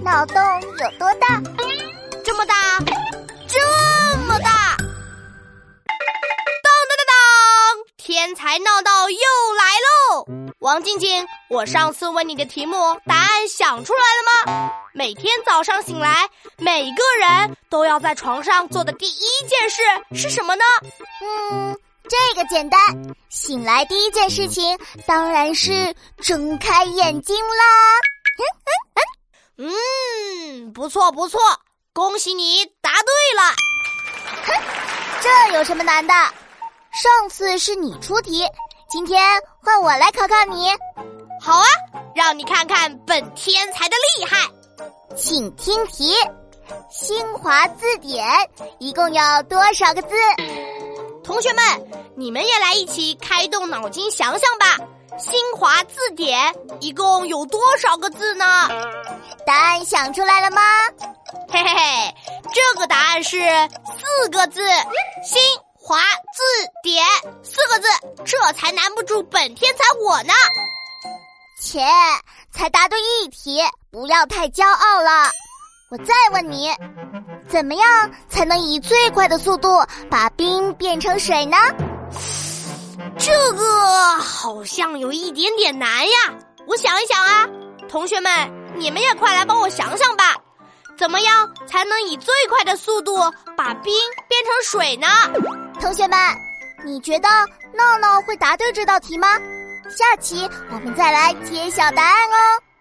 脑洞有多大？ 这么大，这么大！当当当当！天才闹闹又来喽！王静静，我上次问你的题目，答案想出来了吗？每天早上醒来，每个人都要在床上做的第一件事是什么呢？ 这个简单，醒来第一件事情当然是睁开眼睛啦。 不错不错，恭喜你答对了。 这有什么难的？上次是你出题，今天换我来考考你。 好啊，让你看看本天才的厉害。 请听题，新华字典一共有多少个字？ 同学们，你们也来一起开动脑筋想想吧。新华字典一共有多少个字呢？ 答案想出来了吗？ 嘿嘿嘿，这个答案是4个字，新华字典4个字，这才难不住本天才我呢。 切，才答对一题，不要太骄傲了。我再问你，怎么样才能以最快的速度把冰变成水呢？ 这个好像有一点点难呀，我想一想啊。同学们，你们也快来帮我想想吧。怎么样才能以最快的速度把冰变成水呢？ 同学们，你觉得闹闹会答对这道题吗？下期我们再来揭晓答案哦。